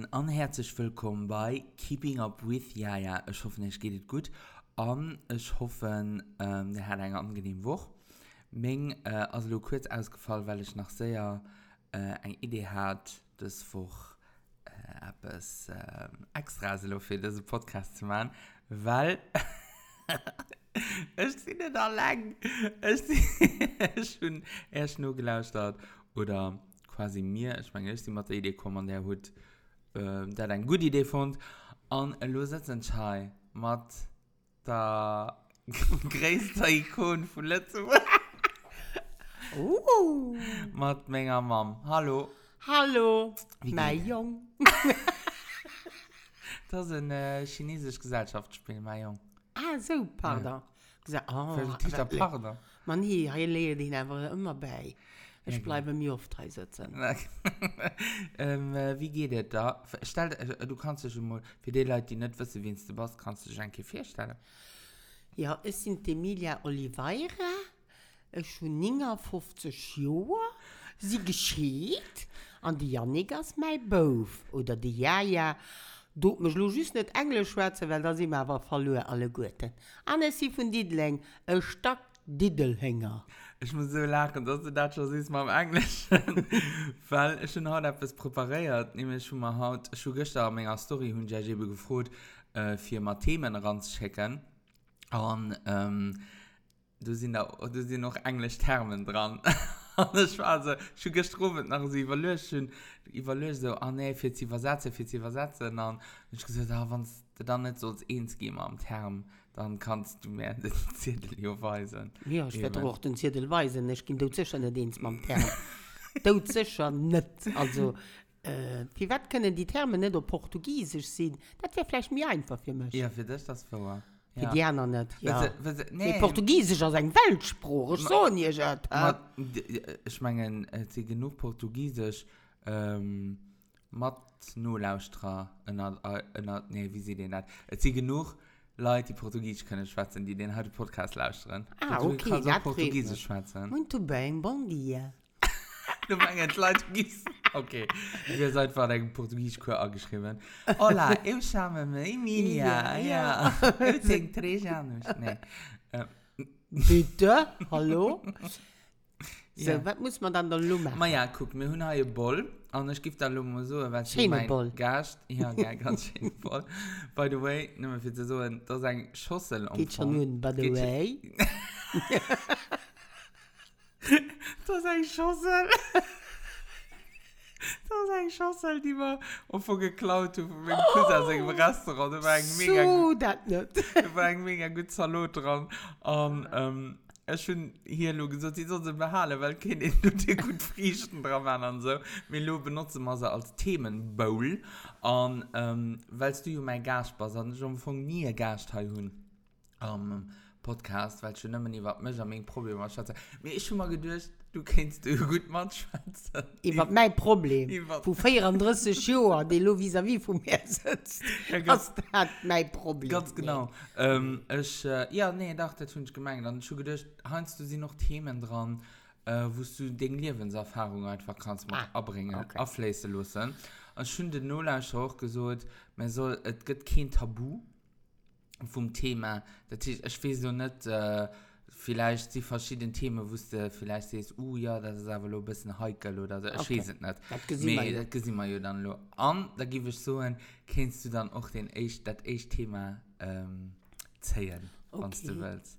und herzlich willkommen bei Keeping Up with Jaja. Ich hoffe, es geht gut. Und ich hoffe, ihr habt eine angenehme Woche. Also nur kurz ausgefallen, weil ich noch sehr eine Idee hatte, das Woche etwas extra so für diesen Podcast zu machen, weil ich bin nicht allein. Ich bin erst nur gelauscht oder quasi mir, ich meine, ich bin mit der Idee gekommen, der hat eine gute Idee fand. Und los jetzt ein Schei mit der größten Ikon von Lützeburg. Mit meiner Mom. Hallo. Hallo, mein Jung. Das ist ein chinesisches Gesellschaftsspiel, mein Jung. Ah, so, pardon. Pardon. Man, hier lege den einfach immer bei. Ich bleibe mir auf 3 sitzen. Wie geht es da? Du kannst dich schon mal, für die Leute, die nicht wissen, wie du bist, kannst du dich ein Kaffee stellen. Ja, es sind Emilia Oliveira. Ich bin 59 Jahre. Sie geschieht. Und die Janik ist mein Bof. Oder die Jaja. Du musst just nicht Englisch schwätzen, weil da sind wir aber verloren, alle Guten. Und es ist von Diddling ein stark Diddelhänger. Ich muss so lachen, dass du das schon siehst mal im Englisch. Weil ich schon heute etwas präpariert. Nämlich schon mal heute, ich habe gestern in meiner Story und ich habe gefragt, für mal Themen ranzuschicken. Und da sind noch englische Termen dran. Und ich war so, ich habe gestern nach so überlegt so, nee, für zu übersetzen. Und dann ich gesagt, wenn es dann nicht so als eins geben am Term, dann kannst du mir den Zettel hier weisen. Ja, ich werde auch den Zettel weisen. Ich gehe dort sicher nicht eins mit dem Term. Dort sicher nicht. Also, wie weit können die Terme nicht auf Portugiesisch sein? Das wäre vielleicht mir einfach für mich. Ja, für dich das vor. Für die anderen nicht. Ja. Nee. Portugiesisch ist ein Weltspruch. Ich so nicht. Ich meine, es ist genug Portugiesisch. Mit nur Laustra. Nee, wie sie den hat. Es sind genug Leute, die Portugiesisch können schwätzen, die den heute Podcast lauschen. Ah, okay. Du kannst auch Portugiesisch schwätzen. Muito bem, bom dia. Du meinst Leute, okay. Wir seid von einem Portugiesisch-Kurs angeschrieben. Hola, eu chamo-me Emilia. Ja. Eu tenho 3 anos. Nee. Bitte? Hallo? So, Ja. was muss man dann da machen? Maar ja, guck, wir haben hier einen Ball. Und ich gebe da mal so, weil ich Schöner Ball. Gast. Ja, ganz schön Ball. By the way, nur für zu sagen, das ist ein Schüssel. Geht schon nun, by the way. Das ist ein Schüssel. Das ist ein Schüssel, die wir von geklaut haben von meinem Cousin aus dem Restaurant. Da war ein mega, So, das nicht. da war ein mega gut Salat dran. Und ich bin hier gesagt, sie sollen sie behalten, weil keine die gut frischen dran waren und so. Wir benutzen wir sie als Themenbowl. Und weil du ja mein Gast bist, und ich von nie einen Gast haben. Podcast, weil schon immer nie was mich an mein Problem war. Mir ist schon mal gedacht, du kennst du gut schwätzen. Ich war mein Problem. Vor 34 Jahren, die lo vis-à-vis von mir sitzt. Das hat mein Problem. Ganz genau. Ja, nee, dachte, das habe ich gemeint. Dann schon gedacht, hast du sie noch Themen dran, wo du den Lebenserfahrung einfach kannst abbringen, okay. Auflesen lassen. Und schon den Nolasch auch gesagt, es gibt kein Tabu vom Thema. Das ist, ich weiß so nicht, vielleicht die verschiedenen Themen, wo du vielleicht siehst, ja, das ist aber ein bisschen heikel oder so. Ich weiß es nicht. Das sehen wir ja dann. Und da gebe ich so ein, kannst du dann auch das erste Thema zählen, wenn du willst.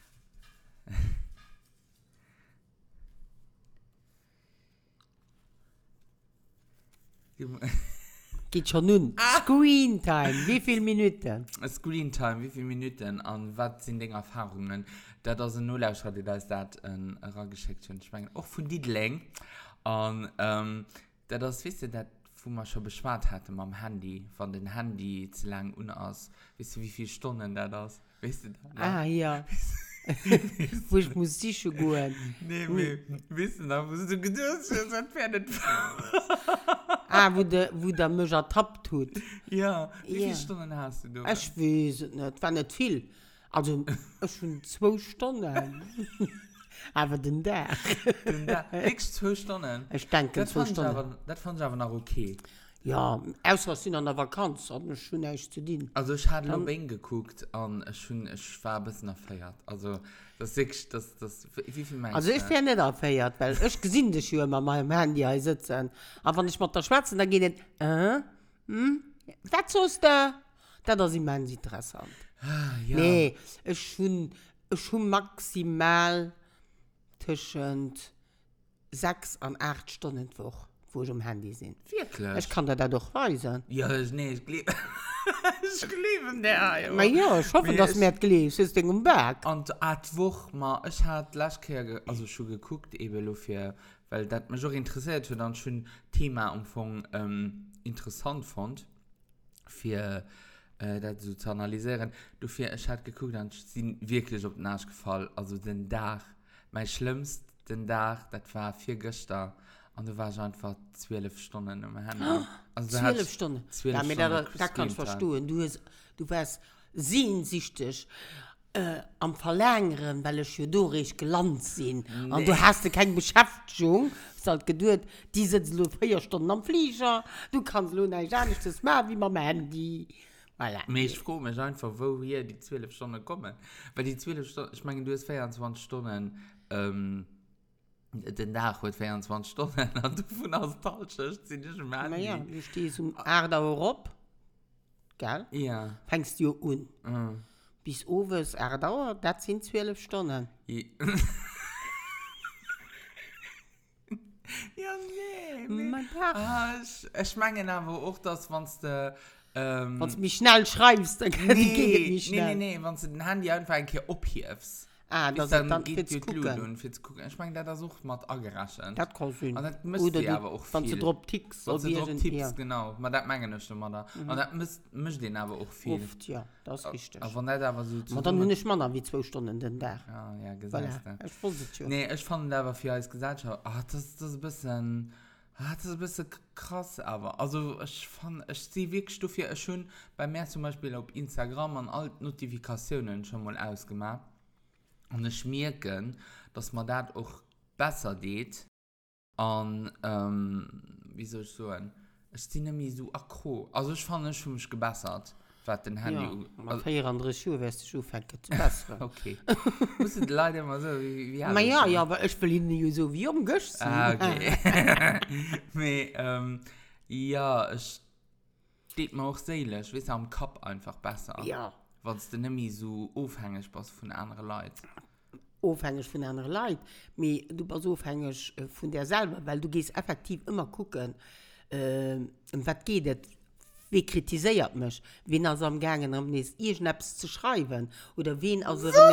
Geht schon nun. Screen Time. Wie viele Minuten? Screen Time, wie viele Minuten und was sind die Erfahrungen? Da ist ein Nullausschau, die da ist ein rangeschickt. Ich meine, auch von Diddling. Und das wisst ihr, das, wo man schon beschwert hatte mit dem Handy, von dem Handy zu lang und aus. Wisst ihr, wie viele Stunden das ist? Wisst ihr das? Ah, ja. Wo ich Musik schon gehen. Nee, wisst ihr das? Wo du gedacht hast, das Pferd nicht. Wo der mich ertappt hat. Ja, wie viele Stunden hast du da? Ich weiß es nicht, war nicht viel. Also, schon 2 Stunden. Aber den Tag. Wirklich 2 Stunden? Ich denke, 2 Stunden. Das fand ich aber noch okay. Ja, außer sind an der Vakanz, hat mich schon nichts zu dienen. Also ich hatte Lobbying geguckt und ich war ein bisschen erfeiert. Also das ist wie viel meinst Also ich wäre nicht erfeiert, weil ich gesehen dich hier mit meinem Handy hier sitzen. Aber wenn ich mit der Schwätze, dann geht es, was ist da? Das ist immens interessant. Ja. Nee, ich schon maximal zwischen 6 und 8 Stunden die Woche, wo ich am Handy bin. Wirklich? Ich kann dir das doch weisen. Ja, nee, ich glaube... ich liebe der. Aber ja, ich hoffe, dass mir das gelesen ist, Ding im Berg. Und die Woche mal, ich hatte letztes Jahr also schon geguckt, eben für, weil das mich auch interessiert und dann schon Thema-Umfang interessant fand, für das so zu analysieren. Dafür, ich hatte geguckt und ich bin wirklich auf den Arsch gefallen. Also den Tag, mein schlimmsten Tag, das war 4 gestern. Und du warst einfach 12 Stunden im Handy. Also 12 Stunden. 12 Ja, mir Stunden da kannst du gescreent verstehen. Du warst sehnsüchtig am Verlängern, weil ich ja durch gelandet bin. Nee. Und du hast keine Beschäftigung. Es hat gedauert, die sitzen nur 4 Stunden am Flieger. Du kannst nur nicht das machen wie mit dem Handy. Voilà. Aber ich frage mich einfach, wo hier die 12 Stunden kommen. Weil die 12 Stunden, ich meine, du hast 24 Stunden, den Tag hat 24 Stunden und du von aus Deutschland sind nicht mehr. Na ja, du stehst um 8 Uhr ab, gell? Ja. Fängst du an. Bis oben ist 8 Uhr, das sind 12 Stunden. Ja, nee. Ich meine aber auch, dass wenn du... wenn du mich schnell schreibst, dann geht es nicht schnell. Nee, wenn du dein Handy einfach ein bisschen abhebst. Dann geht es gucken. Ich meine, das auch mal angerechnet. Das kann sein. Und das müsste ja aber auch viel. Wenn du drauf tickst. Wenn du drauf tippst, genau. Aber das meine ich nicht immer da. Und das müsste den aber auch viel. Oft, ja, das ist richtig. Aber nicht aber so aber dann nicht mehr wie 2 Stunden den Tag. Ja, gesagt. Voilà. Ich wusste es schon. Nee, ich fand aber für als Gesellschaft, das ist ein bisschen... das ist ein bisschen krass, aber also ich sehe wirklich dafür schon bei mir zum Beispiel auf Instagram an alle Notifikationen schon mal ausgemacht. Und ich merke, dass man das auch besser geht. Und, wie soll ich sagen, ich bin nämlich so aggro. Also ich fand es schon mich gebessert, was den Handy... Ja, nach 4 andere Schuhe wirst du schon fängt zu bessern. Okay. Muss es leider immer so, wie ja, ja, aber ich will ihn nicht so wie umgeschrieben. Okay. Aber, ja, es steht mir auch seelisch, weißt du, am Kopf einfach besser. Ja. Weil du nicht mehr so aufhängig bist von anderen Leuten. Aufhängig von anderen Leuten. Aber du bist aufhängig von dir selber, weil du gehst effektiv immer gucken, was geht es, wie kritisiert mich, wen also am Gangen am nächsten irgendetwas zu schreiben oder wen also... So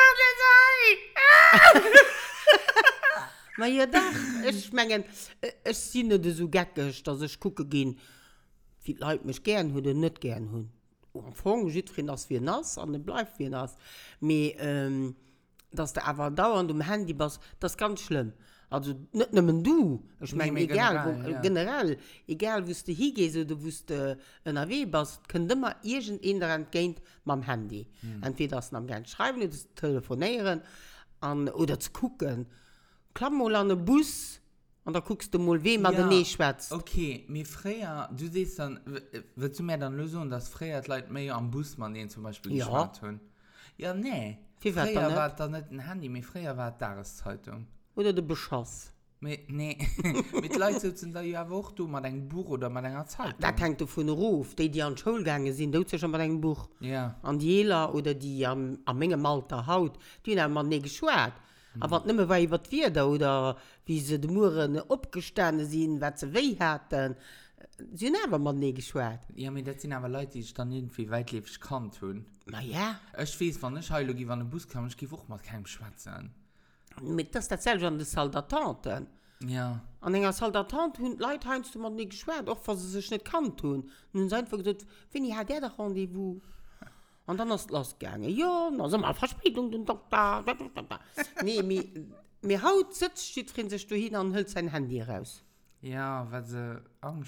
aber ja, doch, ich meine, ich bin nicht so gackig, dass ich gucke gehen, wie Leute mich gern oder nicht gern haben. Am Anfang sieht man, dass wir nass, und dann bleibt wir nass. Aber, dass du aber dauernd am Handy bist, das ist ganz schlimm. Also nicht nur du, ich meine, generell, egal wo du hingehst oder wo du NRW bist, kann immer irgendjemand gehen mit dem Handy. Entweder das am Gang schreiben oder zu telefonieren oder zu gucken. Klapp mal an den Bus und dann guckst du mal, wem man daneben schwätzt. Okay, mir früher, du siehst dann, willst du mir dann lösen, dass früher die Leute mehr am Bus man den zum Beispiel geschwätzt haben? Ja, nee. Früher war das nicht ein Handy, mir früher war das Tageszeitung. Oder der Beschoss. Nee, mit Leuten sitzen da ja auch du mit einem Buch oder mit einer Zeitung. Da kannst du von einem Ruf, die an die Schule gegangen sind, da schon mit einem Buch. Ja. An die Jela oder die am Menge Alter haut, die haben man nicht geschwärzt. Aber nicht mehr, weil was wir da oder wie sie die Muren abgestanden sind, was sie weh hatten. Sie haben aber nicht geschwärzt. Ja, aber das sind aber Leute, die ich dann irgendwie weitlebig kann tun. Na ja. Ich weiß, wenn ich heute an den Bus komme, ich gehe auch mal keinem schwätzen. Das ist dasselbe an den Soldaten. Ja. An einer Soldaten haben Leute heinst du mal nicht geschwärzt, auch wenn sie sich nicht kann tun. Und dann sind einfach gesagt, wenn ich der doch Rendezvous. Und dann ist es losgegangen. Ja, dann sind wir Verspätung, den Doktor. Nee, mir Haut sitzt, steht drin sich hin und hält sein Handy raus. Ja, weil sie Angst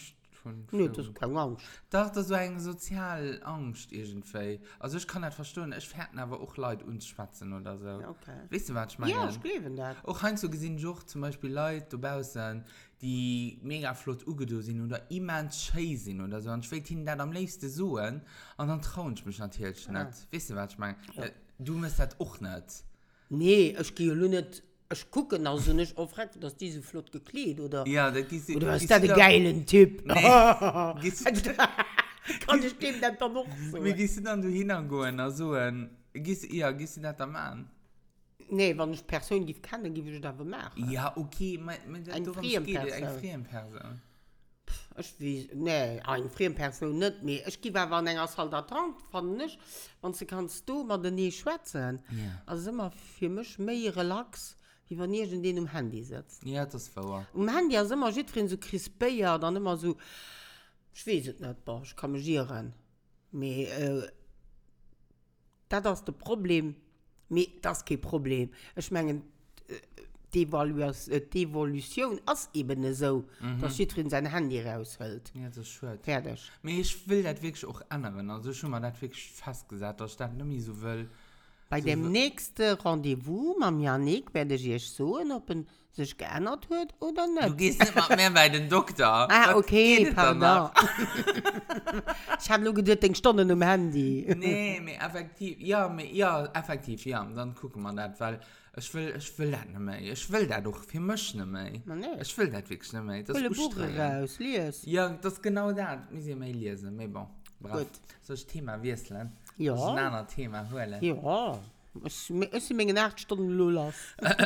Nee, das ist keine Angst. Doch, das ist so eine soziale Angst irgendwie. Also ich kann nicht verstehen, ich fährt aber auch Leute uns schwatzen oder so. Okay. Weißt du, was ich meine? Ja, ich glaube das. Auch hast du gesehen, auch zum Beispiel Leute da draußen, die mega flott ugedo sind oder immens schön sind oder so. Und ich will ihnen das am liebsten suchen und dann traue ich mich natürlich nicht. Weißt du, was ich meine? Ja. Du musst das auch nicht. Nee, ich gehe nur nicht. Ich gucke also nicht auf, dass diese flott gekleidet oder. Ja, da gehst du. Oder was ist das ein geiler Typ? Nee. Gehst du- Kann ich dem dann doch noch so? Wie gehst du dann hingehen? Also, gehst du das am an? Nee, wenn ich Person gibt kann, dann gebe ich das machen. Ja, okay. Ein Fremdperson. Eine Fremdperson. Ich weiß, nee, eine Fremdperson nicht mehr. Ich gebe aber einen Haushalt dran, fand ich. Und sie kannst du mal den nie schwätzen. Ja. Also immer für mich mehr relax, wie wenn ich in den Handy sitzt. Ja, das war wahr. Handy ist immer so crispier, dann immer so, ich weiß es nicht, boah, ich kann mich irren. Aber das ist das Problem. Aber das ist kein Problem. Ich meine, die Evolution ist eben so, dass jeder sein Handy raushält. Ja, das ist schön. Fertig. Aber ich will das wirklich auch ändern. Also schon mal das wirklich fast gesagt, dass ich das nicht mehr so will. Bei so dem nächsten Rendezvous mit Janik werde ich euch sagen, ob er sich geändert hat oder nicht. Du gehst nicht mal mehr bei den Doktor. Ah, Was okay, geht pardon. danach? Ich habe nur gedacht, ich stand im Handy. Nee, aber effektiv. Ja, effektiv, ja. Dann gucken wir das, weil ich will das nicht mehr. Ich will das doch für mich nicht mehr. Na, nee. Ich will das wirklich nicht mehr. Das Viele ist Buch raus, lies. Ja, das ist genau das. Wir müssen mehr lesen. Aber bon, brav. Gut. So das Thema Wieslen. Ja. Das ist ein anderes Thema. Holen. Ja. Ich bin mir 8 Stunden Lulas.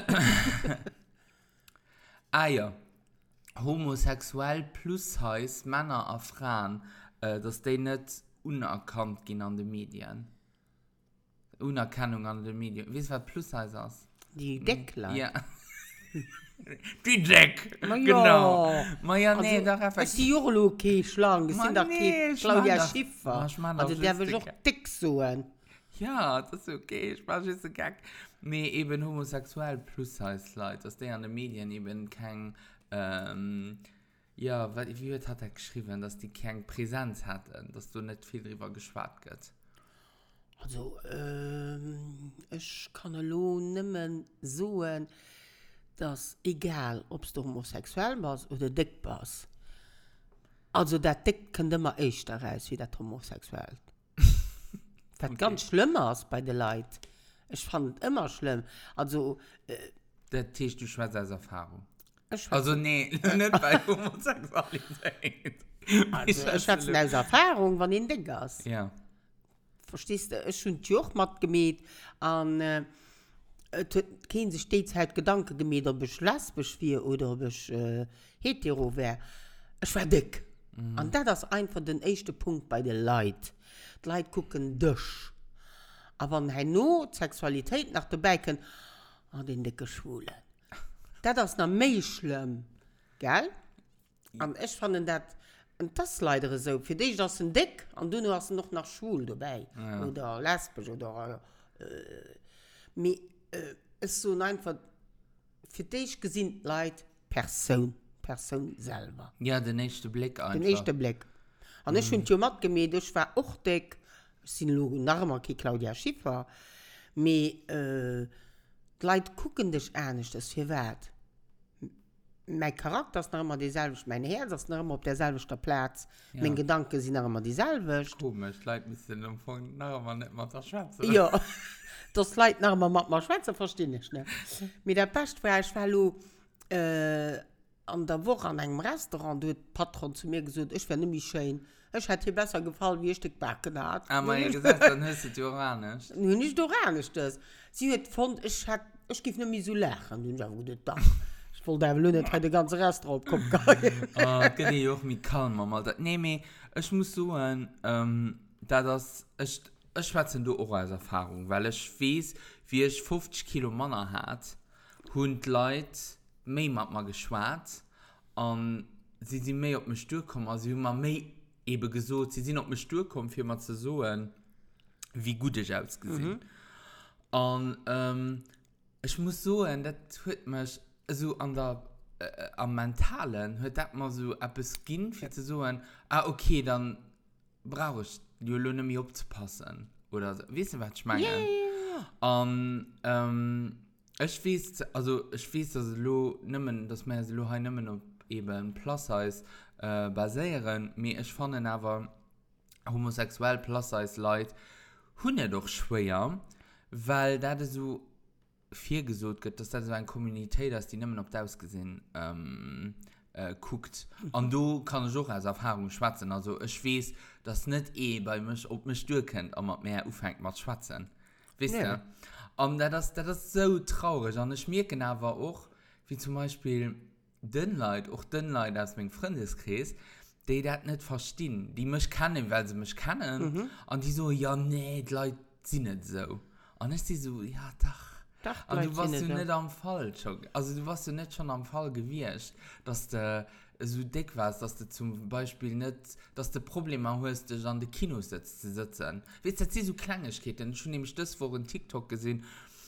Ah ja. Homosexuell plus heißt Männer und Frauen, dass die nicht unerkannt gehen an den Medien. Unerkennung an den Medien. Weißt du, was plus heißt? Die Deckler. Ja. Die Deck. Ma ja. Genau. Ma ja, nee, Also, doch es ist effektiv. die Jurlo okay schlang. Es Ma sind doch nee, keine ich Claudia mein das- Schiffer. ich mein Also das der will lustig. auch dick so. Ja, das ist okay. Ich mache jetzt so gag. Nee, eben homosexuell plus heißt Leute, dass die an den Medien eben kein, ja, wie hat er geschrieben, dass die keine Präsenz hatten, dass du nicht viel drüber geschwatzt wird. Also, ich kann nur nimmer sagen, dass egal, ob du homosexuell bist oder dick bist. Also, der dick kann immer echt daraus, wie der homosexuell. Was Okay. ganz schlimm ist bei den Leuten. Ich fand es immer schlimm. Also, Der Tisch, du schwätzt als Erfahrung. ich Also, nee, nicht bei Homosexualität. ich schätze als Erfahrung, wenn ich dick ist. Ja. Verstehst du, ich schon die auch matt gemäht an kein sich stets halt Gedanke gemäht, ob ich lesbisch wäre oder ob ich hetero wäre. Ich war dick. Und das ist einfach der erste Punkt bei den Leuten. Die Leute gucken dich. Aber wenn er nur Sexualität nach dabei kann, den dicke Schwulen. Das ist noch mehr schlimm. Gell? Und ich fand das. Und das ist leider so. Für dich ist ein dick und du hast noch nach schwul dabei. Ja. Oder lesbisch oder. Ist so einfach. Für dich gesehen Leute Person selber. Ja, der nächste Blick einfach. Den ersten Blick. Und ich finde ja matt gemäht, ich war auch dick. Ich bin noch wie Claudia Schiffer. Aber die Leute gucken dich ernst, das ist viel wert. Mein Charakter ist noch immer dieselbe, mein Herz ist noch immer auf derselben Platz, Ja. meine Gedanken sind noch immer dieselbe. Komisch, Leute müssen am Anfang nachher mal nicht mal verschwätzen. Ja, das Leute noch immer mit mir schwätzen, verstehe ich nicht. Mit der Pest war ich an der Woche an einem Restaurant, da hat der Patron zu mir gesagt, ich wäre nämlich schön. Ich hätte dir besser gefallen, wie ich dich backen hat. Aber ihr gesagt, dann hörst du dir auch nicht. Nun nicht doranisch das. Sie hat gefunden, ich gebe nicht mehr so lachen. Und ich habe gedacht, ich wollte einfach nur nicht heute ganze Restaurant kommen. Oh, kann ich auch mit kalm mal. Nee, aber ich muss sagen, ich schwätze da auch als Erfahrung, weil ich weiß, wie ich 50 Kilo Männer hatte, und die Leute mehr mit mir geschwätzt und sie sind mehr auf mich durchgekommen, also sie haben mir mehr eben gesagt, sie sind auf mich durchgekommen, für mir zu sagen, wie gut ich ausgesehen. Und ich muss sagen, das tut mich so an der am Mentalen hört das mal so etwas gehen, für zu sagen, okay, dann brauche ich die Löhne mir aufzupassen. Oder so. Weißt du, was ich meine? Ich weiß, dass lo nimmen, dass wir lo halt nimmen auf eben Plus-Size basieren, aber ich fand aber homosexuell Plus-Size-Leute haben doch schwer, weil das so viel gesagt wird, dass das so eine Community ist, die nimmen auf das gesehen guckt. Und du kannst auch als Erfahrung schwatzen. Also ich weiß, dass nicht bei mich, ob mich durchkennt, aber mehr aufhängt mit Schwatzen. Weißt du? Und das ist so traurig. Und ich merke aber auch, wie zum Beispiel den Leute aus meinem Freundeskreis, die das nicht verstehen. Die mich kennen, weil sie mich kennen. Und die so, ja, nee, die Leute sind nicht so. Und ich so, ja, doch. Und du warst ja nicht am Fall schon. Also du warst ja nicht schon am Fall gewesen, dass du so dick warst, dass du zum Beispiel nicht, dass du Probleme hast, dich an den Kinos zu sitzen. Weißt du, das sind so Kleinigkeiten. Ich habe nämlich das vor einem TikTok gesehen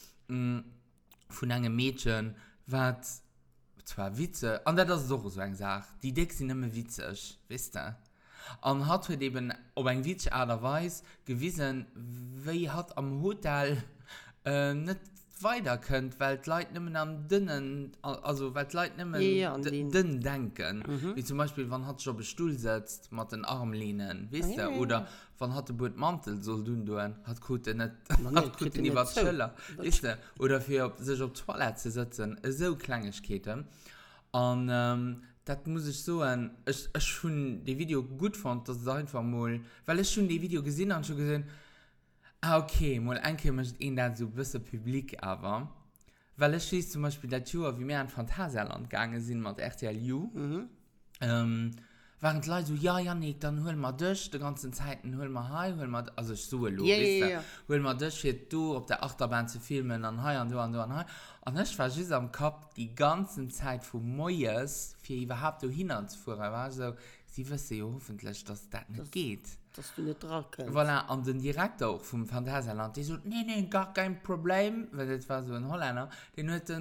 von einem Mädchen, was zwar Witze, und das ist auch so eine Sache, die dick sind nicht mehr witzig, weißt du? Und hat halt eben auf eine witzige Art und Weise gewiesen, wie hat am Hotel nicht weiter könnt, weil die Leute nicht mehr am dünnen, also weil die Leute nicht mehr dünn denken. Wie zum Beispiel, wenn hat schon auf den Stuhl sitzt, mit den Armlehnen, weißt du? Oder wenn hat der Boot Mantel soll tun, hat gut nicht, hat gut nicht was schiller, weißt du? Oder für sich auf die Toilette zu sitzen, so Kleinigkeiten. Und das muss ich so ich schon die Video gut fand, das ist einfach mal, weil ich schon die Video gesehen habe und schon gesehen, okay, mal einmal möchte ich da so ein bisschen Publik, aber weil ich weiß zum Beispiel, dass wir wie wir in Phantasialand gegangen sind mit RTLU, waren die Leute so, ja, Janik, dann hol mal dich, die ganze Zeit, hol mal heim, hol mal, also ich so, hol mal dich, hier du auf der Achterbahn zu filmen, dann heim und du und du und heim. Und ich war just am Kopf die ganze Zeit von Neues, für überhaupt da hinzufahren, war so, sie wissen ja hoffentlich, dass das nicht geht. Dass du nicht dran kannst. Voilà, und der Direktor auch vom Phantasialand, die so, nee, gar kein Problem, weil das war so ein Holländer, den hat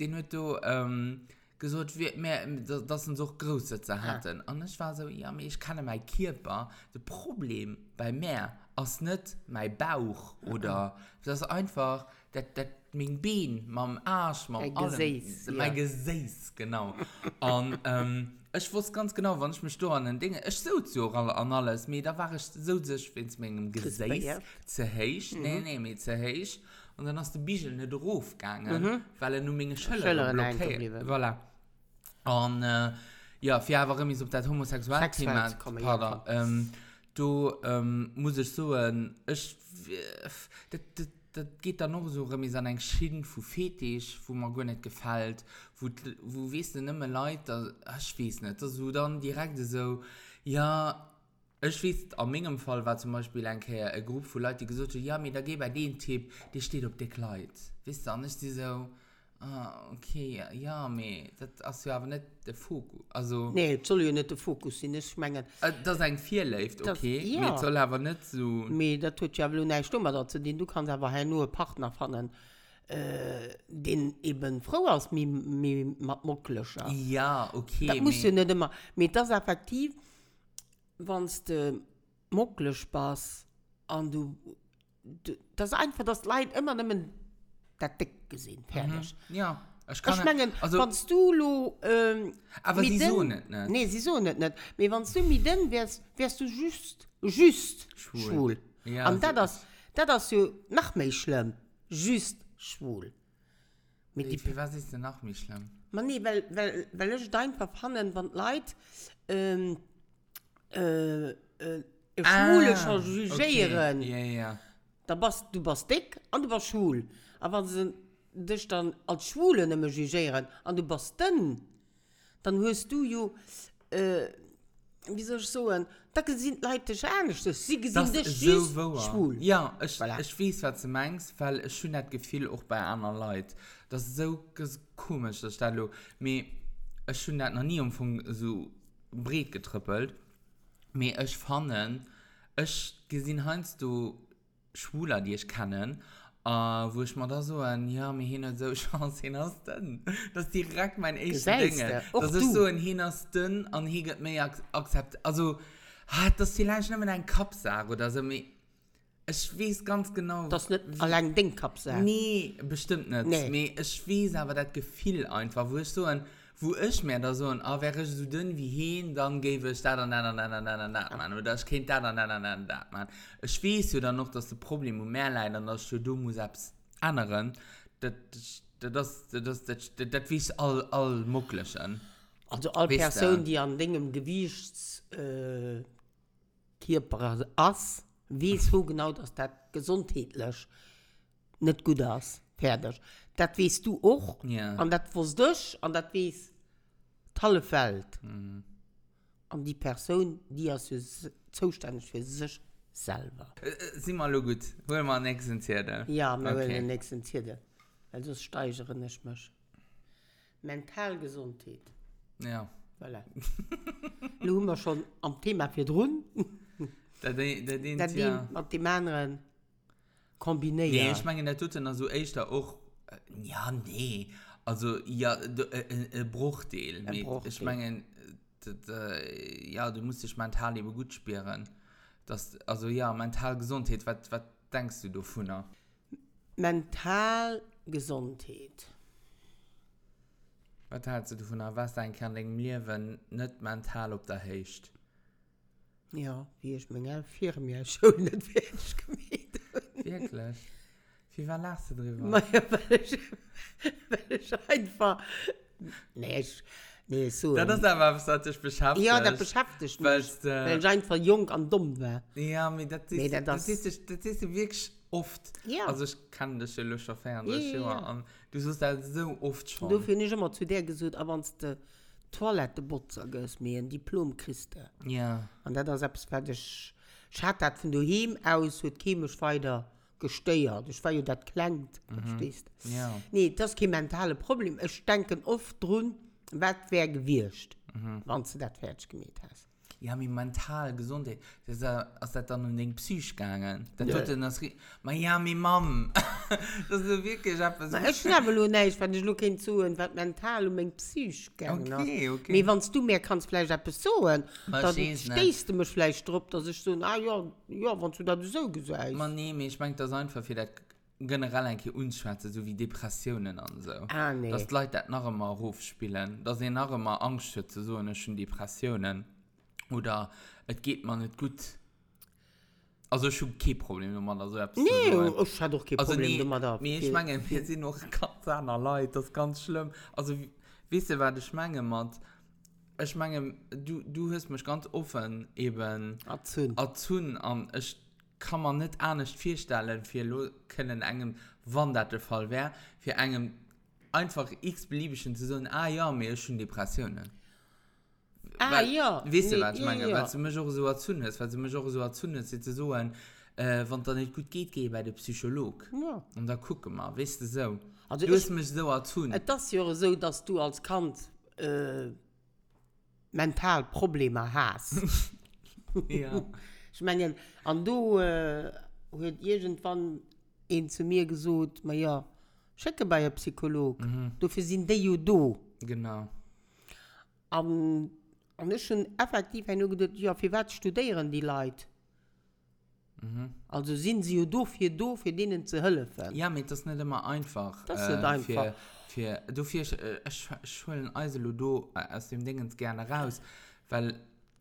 gesagt, dass sie so große zu hatten. Und ich war so, ja, ich kann mein Körper, das Problem bei mir ist nicht mein Bauch oder das ist einfach, mein Bein, mein Arsch, mein Gesäß. Mein Gesäß, genau. Und ich wusste ganz genau, wann ich mich da an den Dingen, ich so zu an alles, aber da war ich so sicher, wenn es meinem Gesäß zu heiß, nee, zu heiß. Und dann hast du Biegel nicht draufgegangen, weil nur meine Schüler blockiert. Voilà. Und ja, für einfach immer so auf das homosexuelle Thema, du muss ich so, das geht dann noch so remis an ein Schieden von Fetisch, wo mir gar nicht gefällt, wo weißt du nicht mehr Leute, ich weiß nicht, dass du dann direkt so, ja, ich weiß, an meinem Fall war zum Beispiel eine Gruppe von Leuten, die gesagt haben, ja, mir da gebe ich den Tipp, der steht auf der Kleid. Weißt du, dann ist die so, okay, ja, aber das ist ja aber nicht der Fokus. Also, nee, das soll ja nicht der Fokus sein, ich meine. Das ist ein Vierlift, okay, ja. Das soll aber nicht so. Aber das tut ja wohl nicht stimmen dazu, denn du kannst aber halt nur einen Partner finden, den eben Frau aus mit Mocklisch. Ja, okay. Das musst du nicht immer. Aber das ist effektiv, wenn du Mocklisch bist und du, das ist einfach, das Leid immer nicht mehr das dick gesehen, fertig. Ja. Ich meine, also, wenn du aber sie so nicht. Nee, sie so nicht. Aber wenn du mit denen wärst du just schwul. Ja, und das ist ja noch mehr schlimm. Just schwul. Was ist denn noch mehr schlimm? Man, nee, weil ich da einfach fand, wenn Leute Schwule schon jugieren. Okay. Ja. Du bist dick und du bist schwul. Aber wenn sie dich dann als Schwule nicht mehr jugieren und du bist dann hörst du ja, wie soll ich sagen, da sind Leute ernst. Sie sind dich so schwul. Ja, ich weiß, was du meinst, weil ich schon das Gefühl auch bei anderen Leuten. Das ist so komisch, dass da aber ich schon das noch nie so breit getrippelt. Aber ich fand, ich gesehen hast du Schwuler, die ich kenne, Wo ich mir da so ein, ja, mir hin so Chance hinaus dünn. Das ist direkt mein erstes Ding. Das ist so ein hinaus dünn und hier geht mir akzeptiert. Also, das ist vielleicht nicht mehr ein Kopfsack oder so. Ich weiß ganz genau. Das ist nicht allein den Kopfsack. Nee, bestimmt nicht. Nee. Ich weiß aber das Gefühl einfach, wo ich so ein, wo ich mir da so ein, wäre ich so dünn wie hin, dann gebe ich da, man. Oder ich könnte da, man. Ich weiß ja dann noch, dass das Problem und mehr leider, dass du musst selbst anderen, das weiß all Möglichen. Also alle Personen, die an Dingen Gewichtskörper ist, weiß so genau, dass das gesundheitlich nicht gut ist. Fertig. Das weißt du auch. Ja. Und das weißt du. Und das weiß tolle Feld. Und die Person, die ist zuständig für sich selber. Sieh mal, gut. Hol mal einen nächsten Tier. Ja, wir wollen den nächsten Tier. Also steigere ich mich. Mentalgesundheit. Ja. Voilà. Nun haben wir schon am Thema für drin. Das mit dem anderen kombinieren. Ja, ich meine, der tut dann so echt auch. Ja, nee. Also, ja, ein Bruchteil. Ich meine, ja, du musst dich mental eben gut spüren. Also, ja, mental Gesundheit. Was denkst du davon? Mental Gesundheit. Was hältst du davon? Was dein kann dein Leben nicht mental auf der Hecht? Ja, wie ich meine Firma schon nicht fertig gemacht. Wirklich? Wie war lachst du drüber? Ja, weil ich einfach... Nee, so... Das ist aber was, was dich beschäftigt. Ja, das beschäftigt mich. Weil ich einfach jung und dumm war. Ja, aber das ist wirklich oft. Ja. Also ich kann das schon fern. Ja. Du sagst das so oft schon. Du finde ich immer zu dir gesagt, aber wenn du Toilettenputzer gehst, mir ein Diplom kriegst. Ja. Und das ist etwas, was ich hatte das von daheim aus, wird chemisch weiter gesteuert. Ich weiß ja, das klingt, verstehst du? Ja. Nee, das ist kein mentales Problem. Ich denke oft dran, was wäre gewirrscht, wenn du das fertig gemacht hast. Ja, mit mental Gesundheit. Das ist dann um den Psych gegangen. Das tut dann das... Ja, mit Mom. Das ist wirklich etwas... Ich glaube nur nicht, wenn ich nur kein zu und was mental um den Psych gegangen ist. Okay. Aber wenn du mir kannst vielleicht etwas sagen, dann stehst du mich vielleicht drauf, dass ich so, ja, wenn du das so gesagt hast. Nee, ich meine das einfach für das generell ein bisschen unschwärze, so wie Depressionen und so. Nee. Dass die Leute das noch einmal aufspielen. Dass sie noch einmal Angst haben, so eine schon Depressionen. Oder es geht mir nicht gut. Also ich habe kein Problem, wenn man da so etwas nee, ich habe doch kein Problem, wenn man da... Ich meine, wir sind noch ganz andere Leute, das ist ganz schlimm. Also, weißt du, was ich meine, Matt? Ich meine, du hast mich ganz offen eben erzählen und ich kann mir nicht anders vorstellen, für können einem, wann das der Fall wäre, für einem einfach x-beliebigen zu sagen, ja, mir ist schon Depressionen. Ja. Weißt du, was ich meine? Weil du mich auch so erzählen hast, so ein, wenn das nicht gut geht, gehe bei der Psychologe. Ja. Und da gucken wir, weißt du so. Also du hast mich so erzählen. Das ist ja so, dass du als Kind mental Probleme hast. Ja. Ich meine, und du hast irgendwann zu mir gesagt, ja, schicke bei einem Psychologen. Dafür sind die ja da. Genau. Und ich schon effektiv nur gedacht, ja, für was studieren die Leute? Also sind sie ja da, für denen zu helfen. Ja, aber das ist nicht immer einfach. Das ist nicht einfach. Ich hole ein Eiselo aus dem Ding gerne raus, weil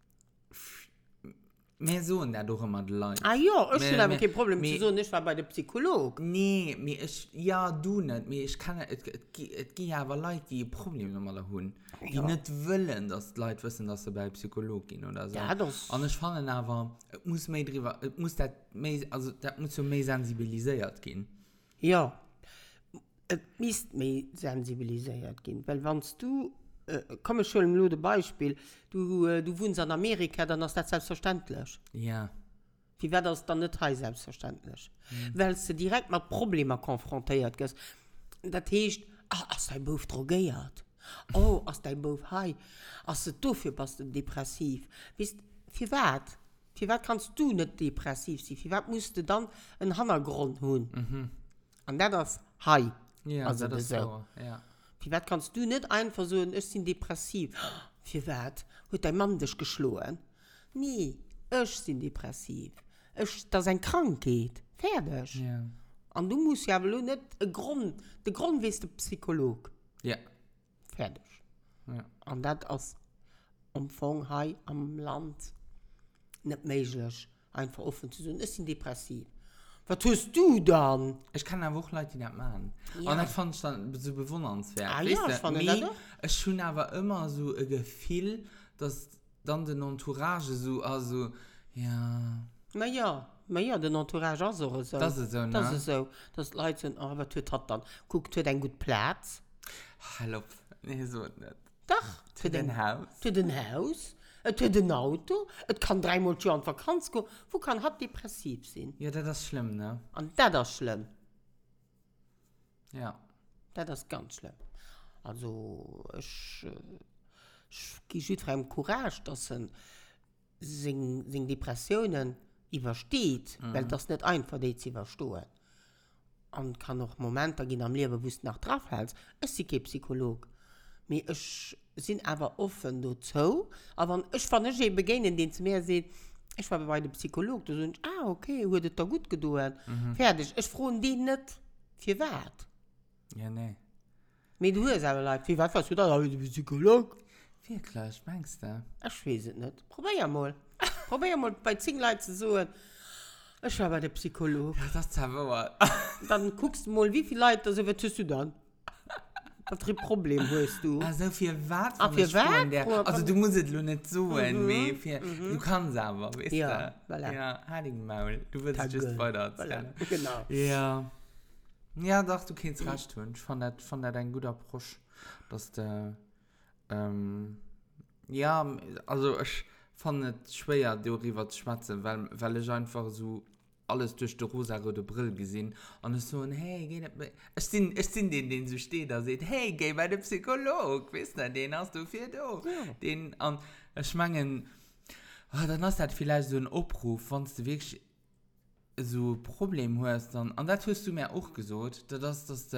mehr so und doch immer die Leute. Ja, ich habe kein Problem zu so, ich war bei der Psychologe. Nee, ja, du nicht. Ich kann es gibt aber Leute, die Probleme nochmal haben, die nicht wollen, dass die Leute wissen, dass sie bei Psychologen gehen oder so. Ja, das... Und ich fand aber, das muss so mehr sensibilisiert gehen. Ja, es muss mehr sensibilisiert gehen, weil wenn du... Komm ich schon nur ein Beispiel. Du wohnst in Amerika, dann ist das selbstverständlich. Ja. Wie wäre das dann nicht selbstverständlich? Weil du direkt mit Problemen konfrontiert bist. Das heißt, hast dein Beruf drogiert? Oh, hast dein Beruf high? Hast du dafür bist du depressiv? Weißt du, für was? Für was kannst du nicht depressiv sein? Für was musst du dann einen Hintergrund haben? Und das ist High. Ja, Also das ist so. so. Ja. Für was kannst du nicht einfach so, ich bin depressiv. Für was? Hat dein Mann dich geschlagen? Nee, ich bin depressiv. Das ist eine Krankheit. Fertig. Ja. Und du musst ja wohl nicht den Grund ist der Psychologe. Ja. Fertig. Ja. Und das ist Umfang hier am Land nicht möglich, einfach offen zu sein. Ich bin depressiv. Was tust du dann? Ich kann aber auch Leute, die das machen. Ja. Und das fand ich dann so bewundernswert. Ah ja, ich fand das auch. Ich habe aber immer so ein Gefühl, dass dann die Entourage so, also, ja. Ja, der Entourage auch so. Das ist so, ne? Das ist so. Dass die Leute sagen, was tut das dann? Guck, tut einen guten Platz? Hallo. Nee, so nicht. Doch. Zu den Haus. Zu den Haus. Zu den Auto. Es kann 3 Monate an Vakanz gehen. Wo kann halt depressiv sein? Ja, das ist schlimm, ne? Und das ist schlimm. Ja. Das ist ganz schlimm. Also, ich gehe schon für einen Courage, dass er seine Depressionen übersteht, weil das nicht einfach ist, zu überstehen. Und kann auch Momente gehen am Leben, wo es nach drauf hält. Ich bin kein Psychologe. Aber ich bin aber offen dazu. Aber ich fand nicht beginnen, den zu mir sieht, ich war bei dem Psychologen, da sind okay, wurde da gut getan. Fertig. Ich frage den nicht, für was. Ja, nee. Aber du hast aber like, für was hast du da mit dem Psychologe? Wirklich, meinst du? Ich weiß es nicht. Probier mal. Probier mal bei 10 Leuten zu sagen, ich war bei der Psychologe. Ja, das ist aber Dann guckst du mal, wie viele Leute, also was tust du dann? Was für ein Problem hast du? Also für was? Für was? Also du musst es nur nicht so du kannst aber, weißt du? Ja, voilà. Ja, halt den Maul. Du willst Tag just good. weiter erzählen. Voilà. Genau. Ja. Ja, doch, du kannst recht tun. Ich fand das ein guter Approach, dass der, ja, also ich fand es schwer, darüber zu schwatzen, weil ich einfach so alles durch die rosa-rote Brille gesehen und ich so, hey, geh nicht, ich bin den so steht, da sieht, hey, geh bei dem Psycholog, weißt du, den hast du für du. Ja. Den, und ich meine, dann hast du halt vielleicht so einen Abruf, wenn du wirklich so Problem hast, dann, und das hast du mir auch gesagt, dass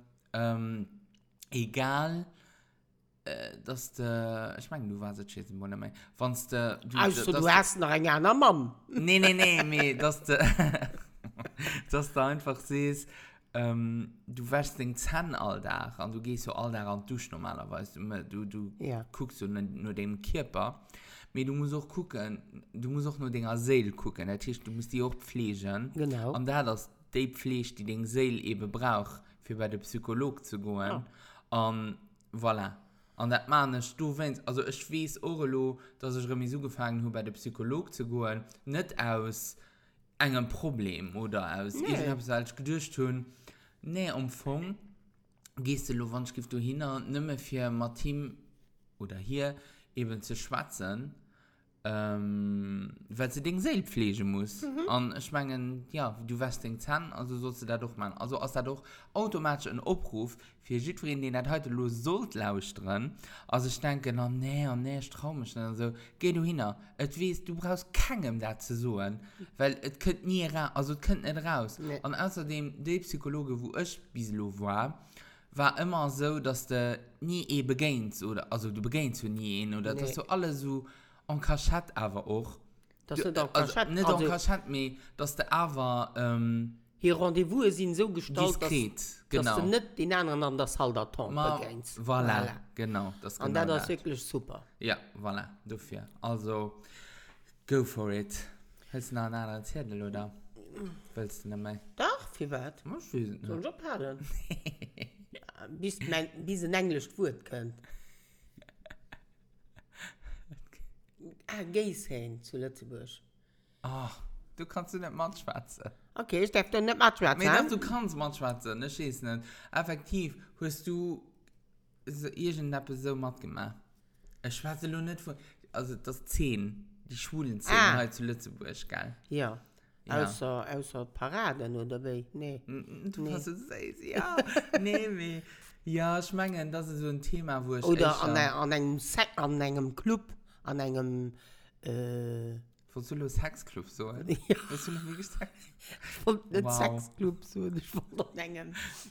egal, dass der, ich meine, du warst jetzt schon mal, wenn Also du hast noch einen anderen Mann. nee, dass du einfach siehst, du wäschst den Zahn all da und du gehst so all da an Dusch normalerweise, du Ja. guckst so nur dem Körper, aber du musst auch gucken, du musst auch nur den Seele gucken, das heißt, du musst die auch pflegen. Genau. Und da das die Pflege, die den Seele eben braucht, für bei der Psycholog zu gehen. Und voilà. Und das meine ich, du weißt, also ich weiß auch, dass ich mir so gefangen habe, bei der Psycholog zu gehen, nicht aus einem Problem oder aus, ich habe es als gedacht, nee, Umfang, gehst du, wenn du hin, nicht mehr für mein Team oder hier eben zu schwatzen, weil sie den Seele pflegen muss. Und ich meine, ja, du wäschst den Zahn, also sollst du das doch machen. Also ist das doch automatisch ein Aufruf für jeden, den das heute los sollte lauschen. Also ich denke, nee, ich traue mich nicht. Also geh du hin. Du brauchst keinem das zu sagen, weil es kommt nie raus, also es kommt nicht raus. Nee. Und außerdem, die Psychologe, wo ich bislang war immer so, dass du nie beginnst, oder, also du beginnst nie oder dass du alles so en cachette aber auch. Das ist auch also, cachette. nicht en cachette, mehr, dass du aber Hier Rendezvous sind so gestaltet, diskret, dass genau. du nicht den anderen an das Halterton begehst. Voilà, genau. Das Und genau das ist wirklich super. Ja, voilà, dafür. Also, go for it. Willst du noch eine andere Zettel, oder? Willst du nicht mehr? Doch, für was? Ich weiß nicht. So ein Job haben. Bis ein Englisch Wort kennt. Geishähn zu Lützeburg. Ach, du kannst nicht mal schwätzen. Okay, ich darf doch nicht mal schwätzen. Du kannst mal schwätzen, ich weiß nicht. Effektiv, hast du irgendetwas so matt gemacht. Ich schwätze nur nicht von, also das 10, die schwulen 10 halt zu Lützeburg, gell? Ja. Ja. Außer Paraden oder wie? Nee. Du hast es gesagt, ja. Nee. Ja, ich meine, das ist so ein Thema, wo ich oder echt, an einem Club, an einem Wolltest du los Sexclub so? Ja. Hast du noch nie gesagt? Ich wollte nicht Wow. Sexclub so, ich wollte noch einen.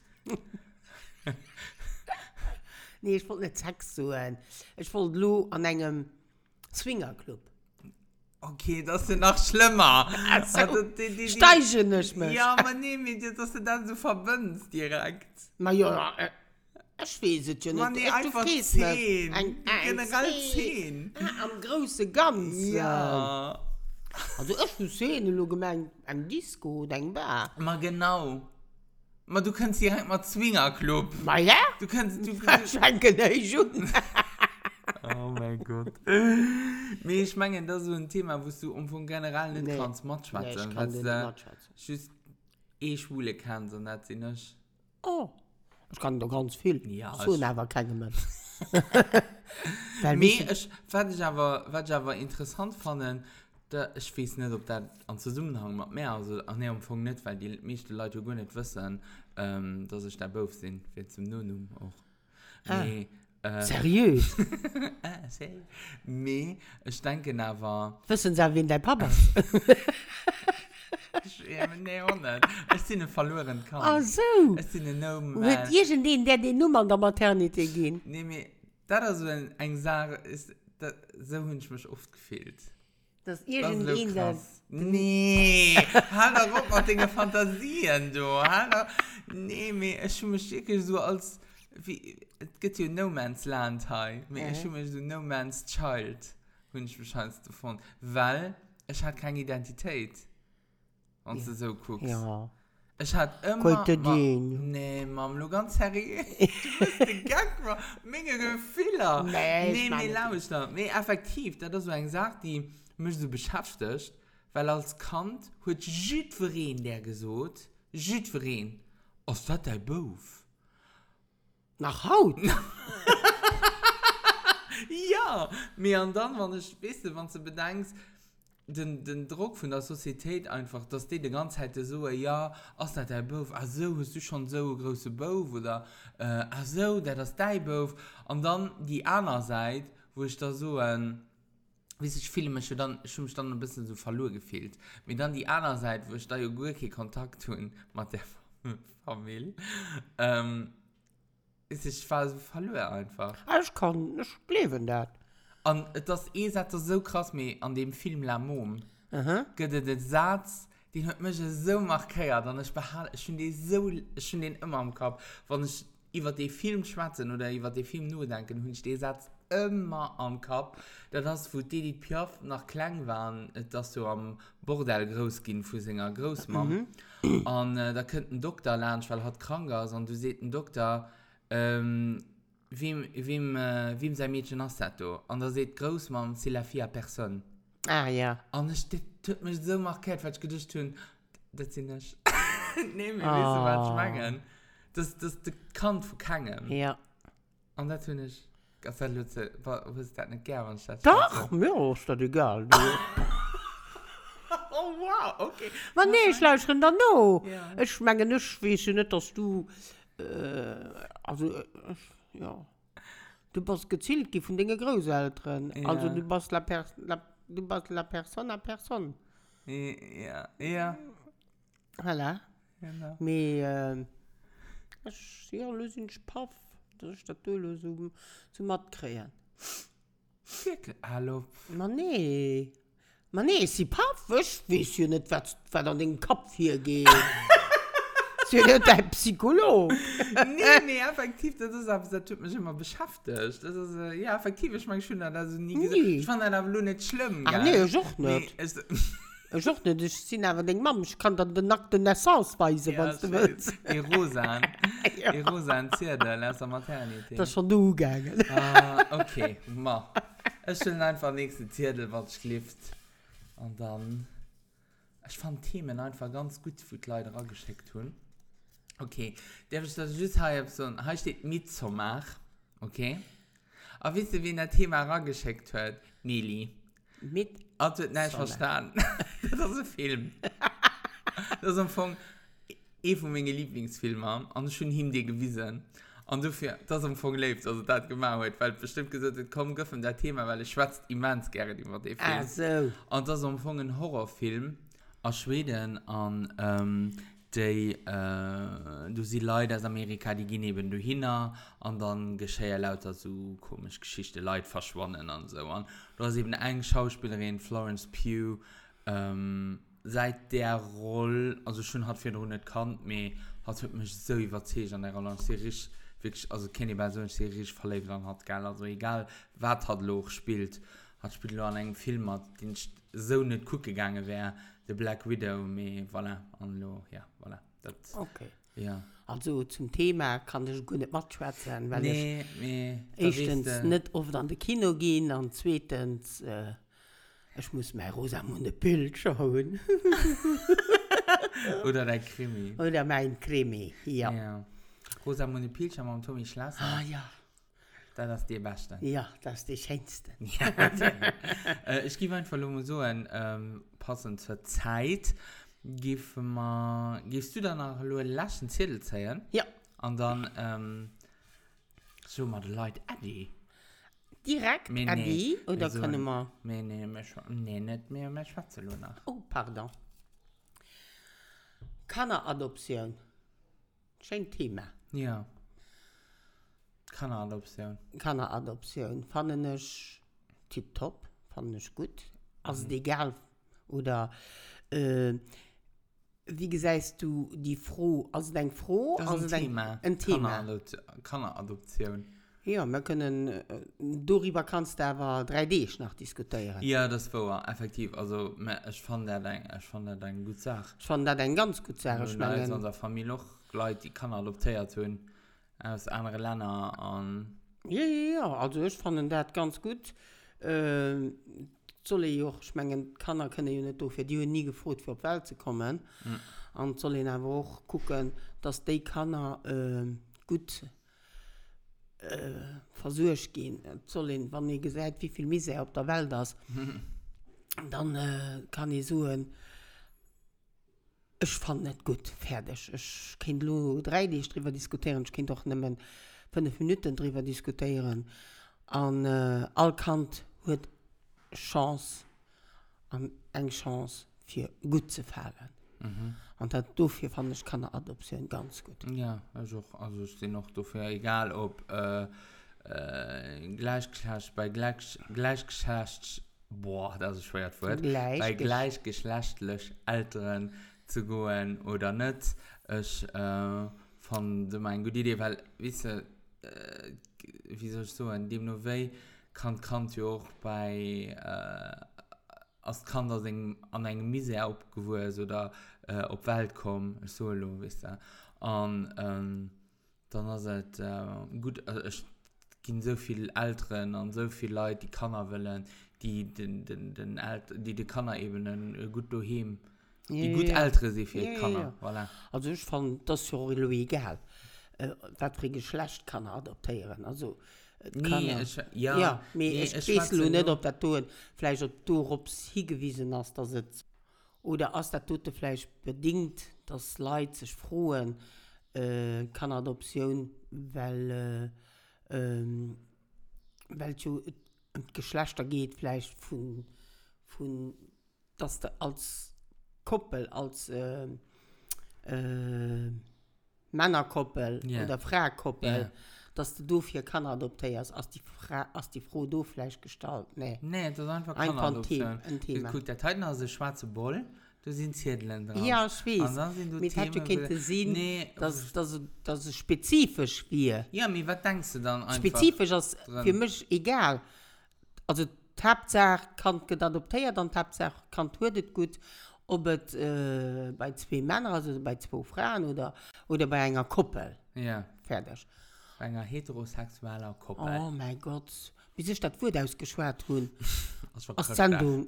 Nee, ich wollte nicht Sex so. Ich wollte nur an einem Swingerclub. Okay, das ist noch schlimmer. Also, die steige nicht mehr. Ja, aber nee, mit dir, dass du dann so verbindest direkt. Na ja, ich weiß es ja nicht. Man, nee, Du einfach fragst 10. mich. Generell 10. 10. Am großen Ganzen. Ja. Also ich muss sehen, du gemeint ein Disco oder ein Bar. Mal genau. Aber du kannst direkt mal Zwingerclub. Ma ja? Du kannst. Wahrscheinlich nicht schon. Oh mein Gott. Nee, ich meine, das ist so ein Thema, wo du von generell nicht Nee. kannst Nee, mitschwatzen. ich kann den nicht mitschwatzen. Just Schwule kannst und das sie nicht. Oh, ich kann doch ganz viel. Ja, So, ich- aber keine mehr. Weil Nee, wissen- was ich aber interessant fand, ich weiß nicht, ob das an Zusammenhang mit mehr, also an dem Anfang nicht, weil die meisten Leute gar nicht wissen, dass ich da drauf bin, wie zum Nunum auch. Ah. Nee, Seriös? sehr. Nee, ich denke aber, Wissen Sie, wen dein Papa ist? nee, auch nicht. Ich bin ein verloren Ach Kampf. so. Ich bin ein No Wird irgendein, der den Nummer an der Maternität gehen? Nee, mir, das ist so ein Sache, so habe ich mich oft gefühlt. Das ist Das ist so irgendein, der... krass. Nee, hallo, guck mal, Dinge Fantasien, du. Hallo. Nee, mir, ich fühle mich wirklich so als, wie, es gibt ja No Man's Land hier. Ich fühle mich so No Man's Child, wenn ich mich halt davon. Weil ich hatte keine Identität. Wenn du so guckst. Ja. Ich hatte immer... Gute den. Nee, Mom, du ganz seriös. Du bist ein Gag, Bro. Menge Gefühle. Nee, ich Nee, meine mir lauscht da. Nee, effektiv, das ist so eine Sache, die mich so beschäftigt, weil als Kant hat Jüdverein der gesagt, Jüdverein, ist das dein Beruf? Nach Haut? Ja, mir und dann, wenn ich, weißt du, wenn du bedenkst, den Druck von der Societät einfach, dass die ganze Zeit so, ja, ist das dein Beruf? Ach so, hast du schon so einen großen Beruf? Oder, ach so, das ist dein Beruf? Und dann die andere Seite, wo ich da so, wie ich fühle mich dann, ich habe mich dann ein bisschen so verloren gefühlt. Mit dann die andere Seite, wo ich da ja gar keinen Kontakt habe mit der Familie, ist ich war so verloren einfach. Ich kann nicht bleiben, das. Und das ist so krass mehr an dem Film La Mom. Aha. Gibt den Satz, den hat mich so markiert und ich schon den immer im Kopf. Wenn ich über den Film schwätze oder über den Film nur denke, habe ich den Satz immer am Kopf. Das ist, wo die Piaf nach klein waren, dass du am Bordell groß ging für seine Großmam. Und da könnte ein Doktor lernen, weil er hat krank ist und du siehst einen Doktor, wem sein Mädchen ist das da? Und da sieht Großmam, c'est la fille à personne. Ah, ja. Und das tut mich so markiert, weil ich gedacht habe, das sind nicht. Nee, wir wissen, was ich meine. Das ist der Kant von keinem. Ja. Und das finde ich, das ist Lutze, was ist das nicht gern, wenn ich das Doch, mir ist das egal. Oh, wow, okay. Aber nee, ich lausche dann noch. Ja. Ich meine, ich weiß nicht, dass du... ja. Du bist gezielt von den Großeltern. Ja. Also du bist du bist la personne à personne. Ja, Voilà. genau. Mais ich sehe lösen Spaff, dass ich das so matt kriegen. Wirklich, hallo. Man nee, sie Paff, ich weiß ja nicht, was an den Kopf hier geht. Sie ist ja nicht ein Psychologe. Nee, effektiv, das ist aber, das tut mich immer beschäftigt. Das ist, ja, effektiv, ich meine schon, das ist nie gesagt. Nee. Ich fand das aber nur nicht schlimm, Ah, gell? nee, ich auch nicht. Nee, ist, Ich auch nicht, ich sehe aber den Mann, ich kann dann die nackte Naissance weisen, ja, wenn du willst. Rosan. Ja. Rosan Zierdel aus der Maternität. Das ist schon du gegangen. Okay, ma. Ich will einfach nächste Zierdel, was schläft. Und dann... Ich fand Themen einfach ganz gut für die Leute angeschickt haben. Okay, darf ich das just hier so... Hier steht Midsommar. Okay? Aber wisst ihr, wen das Thema angeschickt hat? Nelly. Mit Also, nein, ich verstanden. Das ist ein Film. Das ist am Anfang von meinen Lieblingsfilmen. Und ich habe ihm die gewiesen. Und dafür, das am Anfang lebt, also das gemacht hat, weil bestimmt gesagt hat, komm, gib ihm das Thema, weil ich schwätze immens gerne über den Film. So. Und das ist am Anfang ein Horrorfilm aus Schweden und du siehst Leute aus Amerika, die gehen eben da hin und dann geschehen lauter so komische Geschichten, Leute verschwonnen und so. Und da ist eben eine Schauspielerin, Florence Pugh, seit der Rolle, also schon hat für noch nicht gekannt, aber hat mich so überzeugt an der Rolle. Und sie richtig, wirklich, also keine Person, sie richtig verlebt und hat geil. Also egal, was hat Loch spielt, hat spielt an einem Film, den ich so nicht gucken gegangen wäre. The Black Widow, mais voilà, und ja, voilà. Das, Okay. ja. Also zum Thema kann ich gut nicht mitschwätzen, weil Nee, ich erstens nicht oft an das Kino gehen und zweitens ich muss mein Rosamunde Pilz schauen. Oder der Krimi. Oder mein Krimi, ja. Ja. Rosamunde Pilz haben wir mit Tommy Schlosser. Ah ja. Das ist die Beste. Ja, das ist die schönste. Ja, ich gebe einfach nur so ein passend zur Zeit. Gibst du dann noch einen letzten Zettel zeigen? Ja. Und dann so mal die Leute Adi. Direkt Adi? Oder so können wir... Nee, nicht mehr schwarze nach. Oh, pardon. Kanneradoption. Schön Thema. Ja. Kanneradoption. Kanneradoption. Fand ich tipptopp. Fand ich gut. Also egal. Oder wie gesagt du die froh, also dein froh, Das ist also ein Thema. Ein Thema. Kanneradoption. Ja, wir können darüber kannst du aber 3D noch diskutieren. Ja, das war effektiv. Also ich fand das eine gute Sache. Ich fand das eine ganz gute Sache. Ich In meine, unserer Familie auch Leute, die kann adoptiert werden aus anderen Ländern. ja, also ich fand das ganz gut. Soll ich auch, ich meine, Kanner können ja nicht dafür, die haben nie gefragt, für auf die Welt zu kommen. Und soll ich aber auch gucken, dass die Kanner gut versucht gehen. Soll ich, wenn ich gesagt wie viel Misere auf der Welt ist, dann kann ich sagen, ich fand nicht gut, fertig. Ich kann nur 3D drüber diskutieren, ich kann doch nicht mehr 5 Minuten drüber diskutieren. Und Allkant hat Chance, eine Chance für gut zu fallen. Und dafür fand ich keine Adoption ganz gut. Ja, also ich sehe noch dafür, egal ob Gleichgeschlecht, bei Gleichgeschlecht, boah, das ist ein schweres Wort, bei gleichgeschlechtlich Älteren zu gehen oder nicht. Ich fand das eine gute Idee, weil, weißt du, wie soll ich sagen, dem nur weh kann du auch bei als kann das an einem Mise abgewürzt oder auf die Welt kommen, solo, weißt du. Und dann ist es gut, es gibt so viele Älteren und so viele Leute, die Kanner wollen, die die Kanner eben gut daheim, die gut Ältere sind für die Kanner. Voilà. Also ich fand das ja egal, was für Geschlecht kann er adoptieren. Also, Nee, ich weiß nicht, ob das tun, vielleicht ob du ob es hingewiesen hast, dass es, oder als das tut vielleicht bedingt, dass Leute sich freuen, kann Adoption, weil es um Geschlechter geht, vielleicht von dass du als Koppel, als Männerkoppel oder Frauenkoppel, dass du dafür kann adoptieren, als die Frau du vielleicht gestaltet. Nee, das ist einfach keine Adoption. Ein Thema. Guck, der Teil ist ein schwarzer Ball, da sind Zetteln dran. Ja, ich weiß. Mit hat du könnte sehen, dass es spezifisch wäre. Ja, aber was denkst du dann einfach? Spezifisch ist für mich egal. Also, die Hauptsache kann adoptiert, dann die Hauptsache kann das gut, ob es bei 2 Männern, also bei 2 Frauen oder bei einer Koppel. Ja. Fertig. Bei einer heterosexuellen Koppel. Oh mein Gott. Wie sich das Wort ausgeschwert haben? Als Sendung.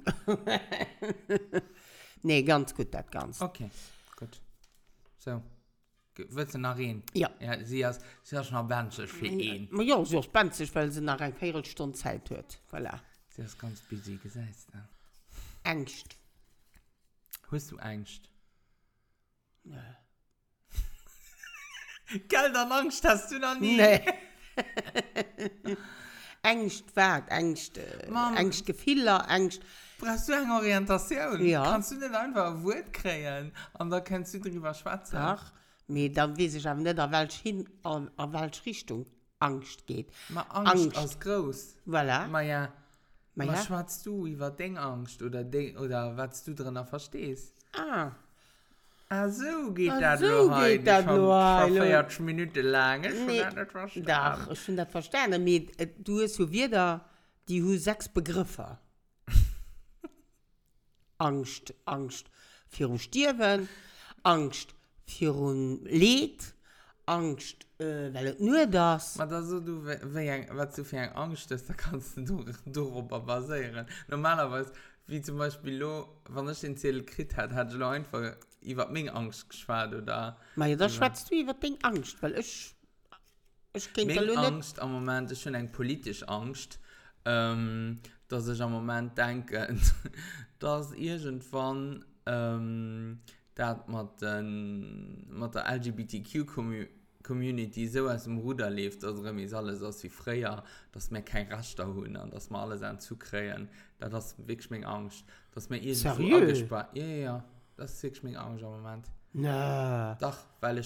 Nee, ganz gut, das ganz. Okay, gut. So. Willst du noch reden? Ja. Ja, sie ist schon abwendlich für ihn. Ja, sie ist benzig, weil sie nach einer Viertelstunde Zeit hat. Voilà. Sie ist ganz busy gesetzt. Ja. Angst. Hast du Angst? Nö. Geld und Angst hast du noch nie. Nee. Angst, was? Angst, Mom. Angst, Gefühle, Angst. Brauchst du eine Orientation? Ja. Kannst du nicht einfach ein Wort kreieren und da kannst du drüber schwatzen? Ach, aber dann weiß ich aber nicht, an welche Richtung Angst geht. Ma Angst, Angst. als groß. Voilà. Ma ja, Ma ma ja. schwatzt du über Denkangst oder was du drin verstehst? Ah. Ah, so geht Ah, das so nur geht heute. das Schon nur heute. 40 Minuten lang. Ich Nee, schon nicht verstanden. doch, ich finde das verstanden. Aber du hast so wieder die 6 Begriffe. Angst, Angst für ein Sterben, Angst für ein Leid, Angst, weil es nur das. Aber so, du, was du für eine Angst hast, da kannst du darüber basieren. Normalerweise, wie zum Beispiel, wenn ich den Zettel gekriegt habe, hatte ich einfach über meine Angst geschwärzt oder... Aber da schwätzt du über deine Angst, weil ich kenne da Meine nicht. Angst am Moment ist schon eine politische Angst, dass ich am Moment denke, dass irgendwann das mit der LGBTQ-Community so aus dem Ruder lebt, dass es alles so wie früher, dass wir kein Recht da haben und dass wir alles anzukriegen. Das ist wirklich meine Angst. Dass wir irgendwo Seriös? angespannt... Ja, das ist wirklich meine Angst am Moment. Na. Doch, weil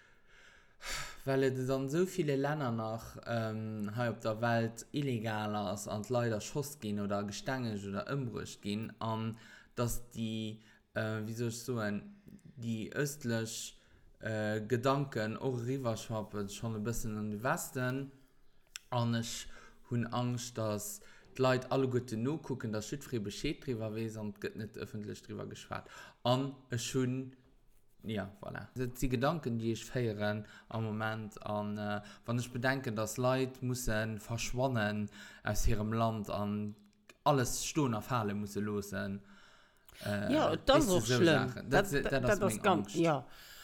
es dann so viele Länder nach hier auf der Welt illegal ist und leider Schuss gehen oder gestangelt oder umbrücht gehen, dass die, wie soll ich sagen, die östlichen Gedanken auch rüberschwappen, schon ein bisschen in den Westen. Und ich habe Angst, dass die Leute alle gut genug gucken, dass Schüttfrei Bescheid drüber wissen und wird nicht öffentlich drüber geschwärzt. Und ich habe ja, voilà. Das sind die Gedanken, die ich feiere am Moment. Und wenn ich bedenke, dass Leute müssen verschwonnen aus ihrem Land und alles stehen auf Halle müssen losen. Ja, das ist auch so schlimm. Sachen. Das ist meine Angst. Ja.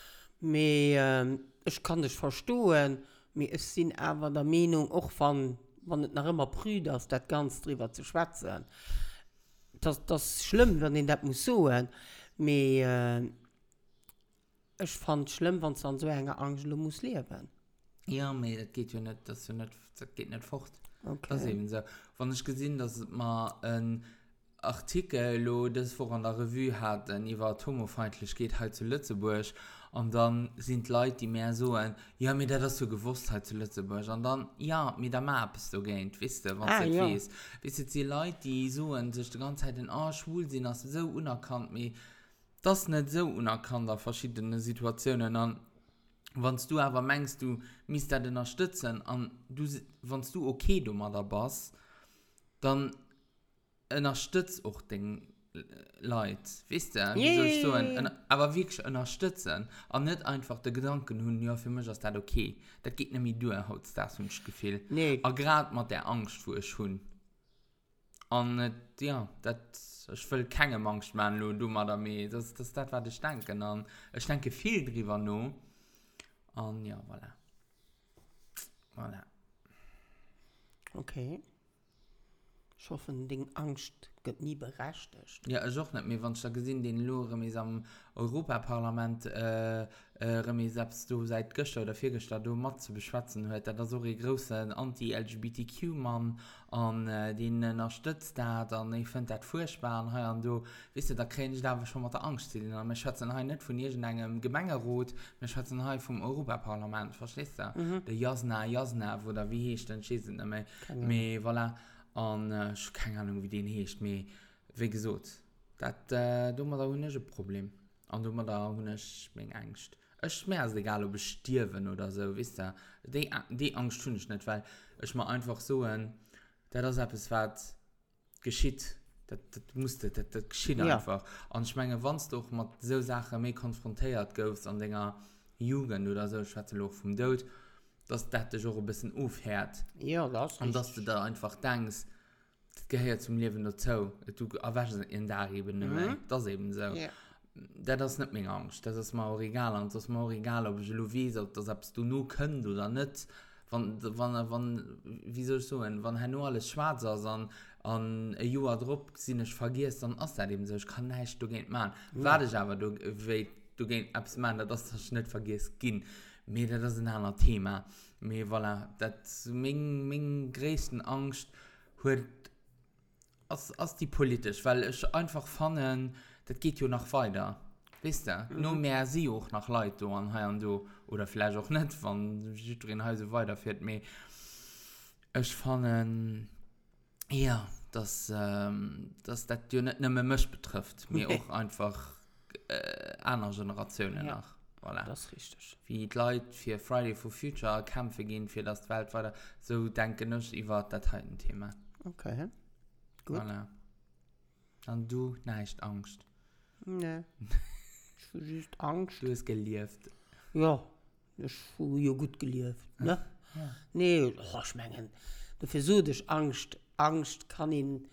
Aber ich kann das verstehen. Aber ich bin aber der Meinung, auch wenn es noch immer Brüder ist, das ganz drüber zu schwätzen. Das ist schlimm, wenn ich das muss sagen. Aber ich fand es schlimm, wenn es dann so eine Angst muss leben. Ja, aber das geht ja nicht, das geht nicht fort. Okay. Das ist eben so. Wenn ich gesehen dass man ein Artikel, das vor an der Revue hat, über Homofeindlichkeit halt zu Lützeburg, und dann sind Leute, die mehr so ja, mir das so gewusst halt zu Lützeburg, und dann, ja, mit der Map ist so gehend, wisst ihr, was das ja. ist. Wisst ihr, die Leute, die so sich die ganze Zeit schwul sind, das ist so unerkannt, mir das ist nicht so unerkannt in verschiedenen Situationen, und wenn du aber meinst, du musst das unterstützen, und wenn du okay du mal dabei bist, dann unterstützt auch den Leute, wisst ihr? Wie soll ich sagen? Aber wirklich unterstützen und nicht einfach den Gedanken haben, ja, für mich ist das okay. Das geht nämlich durch, hat das Gefühl. Nee. Und gerade mit der Angst, die ich habe. Und ja, ich will keine Angst mehr, du mal damit. Das ist das, was ich denke. Und ich denke viel drüber nach. Und ja, voilà. Voilà. Okay. Ich hoffe, die Angst wird nie berechtigt. Ja, ich auch nicht mehr, wenn ich da gesehen den Lore mit am Europaparlament selbst du seit gestern oder vorgestern du mal zu beschwatzen hört, da so ein großer Anti-LGBTQ-Mann und den unterstützt hat und ich finde das furchtbar und du, wisst ihr, da kriege ich da schon mal die Angst zu und wir schätzen heute nicht von irgendeinem Gemeinderat, wir schätzen heute vom Europaparlament, verstehst du? Der Jasna, wo da wie heißt, dann schießen nicht mehr, voilà. Und ich habe keine Ahnung, wie den heißt, aber wie gesagt, da haben wir da nicht ein Problem. Und da haben wir da nicht meine Angst. Es ist mir also egal, ob ich sterben oder so, wisst ihr. Die Angst tue ich nicht, weil ich mir einfach so, das ist etwas, was geschieht. Das geschieht einfach. Und ich meine, wenn du auch mit so Sachen mehr konfrontiert gehst an deiner Jugend oder so, ich schätze auch vom Tod, dass das dich auch ein bisschen aufhört. Ja, das ist und dass du da einfach denkst, das gehört zum Leben dazu. Du erwächst in der Ebene nicht mehr. Das ist eben so. Ja. Das ist nicht meine Angst. Das ist mir auch egal. Und das ist mir auch egal, ob ich weiß, ob das du nur könnt oder nicht. Wie soll ich sagen, wenn nur alles schwarz ist und ein Jahr drauf ich vergisst, dann ist das eben so. Ich kann nicht, du gehst machen. Warte ich aber, du gehst abs Mann, das hast du nicht vergisst, gehen. Mir das ist ein anderes Thema. Mir voilà, das mein größten Angst hört als die politisch, weil ich einfach fand, das geht ja noch weiter. Weißt du? Nur mehr sie auch nach Leute an hier und da. Oder vielleicht auch nicht, wenn Südrhein-Hause weiterfährt. Aber ich fand, ja, dass das ja nicht nur mich betrifft. Mir auch einfach andere Generationen Ja. nach. Voilà. Das ist richtig. Wie die Leute für Friday for Future kämpfen gehen für das Welt weiter. So denke ich über das heute Thema. Okay. Gut. Voilà. Und du, nicht Angst. Nee. Ich habe just Angst. Du hast gelebt. Ja, ich habe ja gut gelebt. Ne? Ja. Nee, oh, ich meine, dafür so dich Angst. Angst kann ihn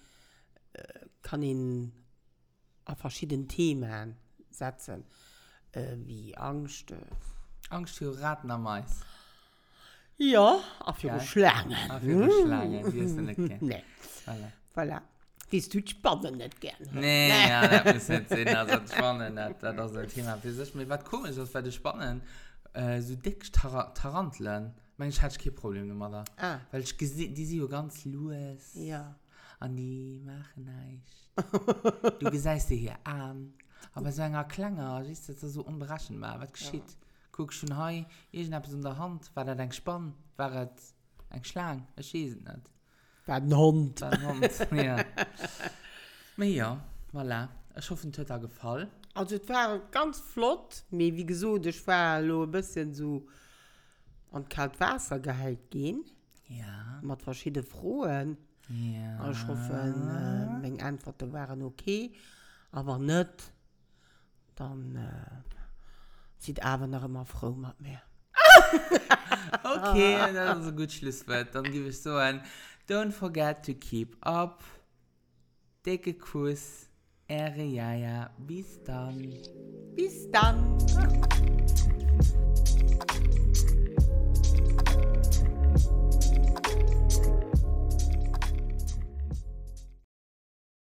auf verschiedenen Themen setzen. Wie Angst. Angst für Ratten am Mais. Ja, auf Geil. ihre Schlangen. Auf ihre Schlangen, die hast du nicht gern. Nee, Voilà. voilà. Die du spannend nicht gern. Nee, ja, das muss nicht sein. Also, das ist spannend. Das ist ein Thema für sich. Aber was komisch ist, weil das spannend so dick Taranteln. Ich hatte kein Problem damit. Ah, Weil ich gesehen, die sind ja ganz los. ja. Und die machen nichts. Du gesehst dir hier an. Aber so ein Klanger, siehst du, das ist so unüberraschend. Was geschieht? Ja. Guck schon hier, ich habe es in der Hand. War das ein Spann? War das ein Schlang? Ich weiß es nicht. War ein Hund. War ein Hund, ja. Aber ja, voilà. Ich hoffe, es hat dir gefallen. Also, es war ganz flott. Aber wie gesagt, ich war noch ein bisschen so an kalt Wasser geheilt gehen. Ja. Mit verschiedenen Fragen. Ja. Ich hoffe, meine Antworten waren okay. Aber nicht. Dann sieht aber noch immer froh mit mir. Okay, das ist ein gutes Schlusswort. Dann gebe ich so ein Don't forget to keep up. Dicke Kuss. Ehre, ja. Bis dann. Bis dann.